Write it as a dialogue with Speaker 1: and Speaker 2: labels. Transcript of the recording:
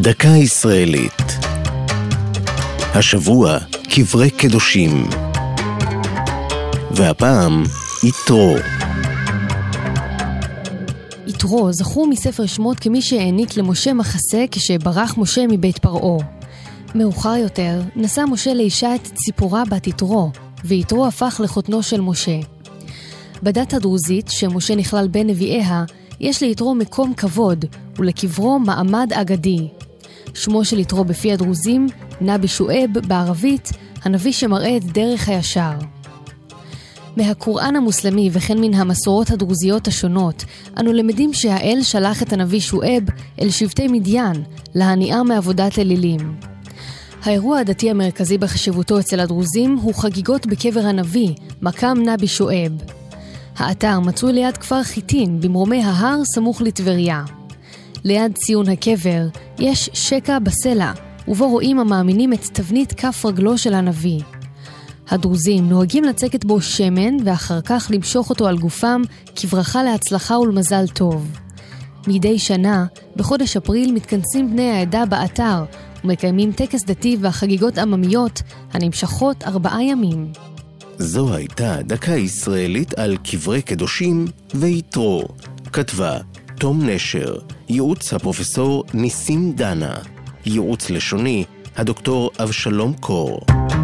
Speaker 1: דקה ישראלית. השבוע קברי קדושים. והפעם יתרו.
Speaker 2: יתרו זכור מספר שמות כמי שהעניק למשה מחסה כשברח משה מבית פרעה. מאוחר יותר נשא משה לאישה את ציפורה בת יתרו, ויתרו הפך לחותנו של משה. בדת הדרוזית, שמשה נכלל בין נביאיה, יש ליתרו מקום כבוד, ולקברו מעמד אגדי. שמו של יתרו בפי הדרוזים, נבי שועב בערבית, הנביא שמראה את דרך הישר. מהקוראן המוסלמי וכן מן המסורות הדרוזיות השונות, אנו למדים שהאל שלח את הנביא שועב אל שבטי מדיין, להניעה מעבודת אלילים. האירוע הדתי המרכזי בחשיבותו אצל הדרוזים הוא חגיגות בקבר הנביא, מקם נבי שועב. האתר מצוי ליד כפר חיטין, במרומי ההר סמוך לטבריה. ליד ציון הקבר יש שקע בסלע, ובו רואים המאמינים את תבנית כף רגלו של הנביא. הדרוזים נוהגים לצקת בו שמן ואחר כך למשוך אותו על גופם כברכה להצלחה ולמזל טוב. מדי שנה, בחודש אפריל מתכנסים בני העדה באתר ומקיימים טקס דתי והחגיגות עממיות הנמשכות 4 ימים.
Speaker 1: זו הייתה דקה ישראלית על קברי קדושים ויתרו. כתבה תום נשר, ייעוץ הפרופסור ניסים דנה, ייעוץ לשוני הדוקטור אבשלום קור.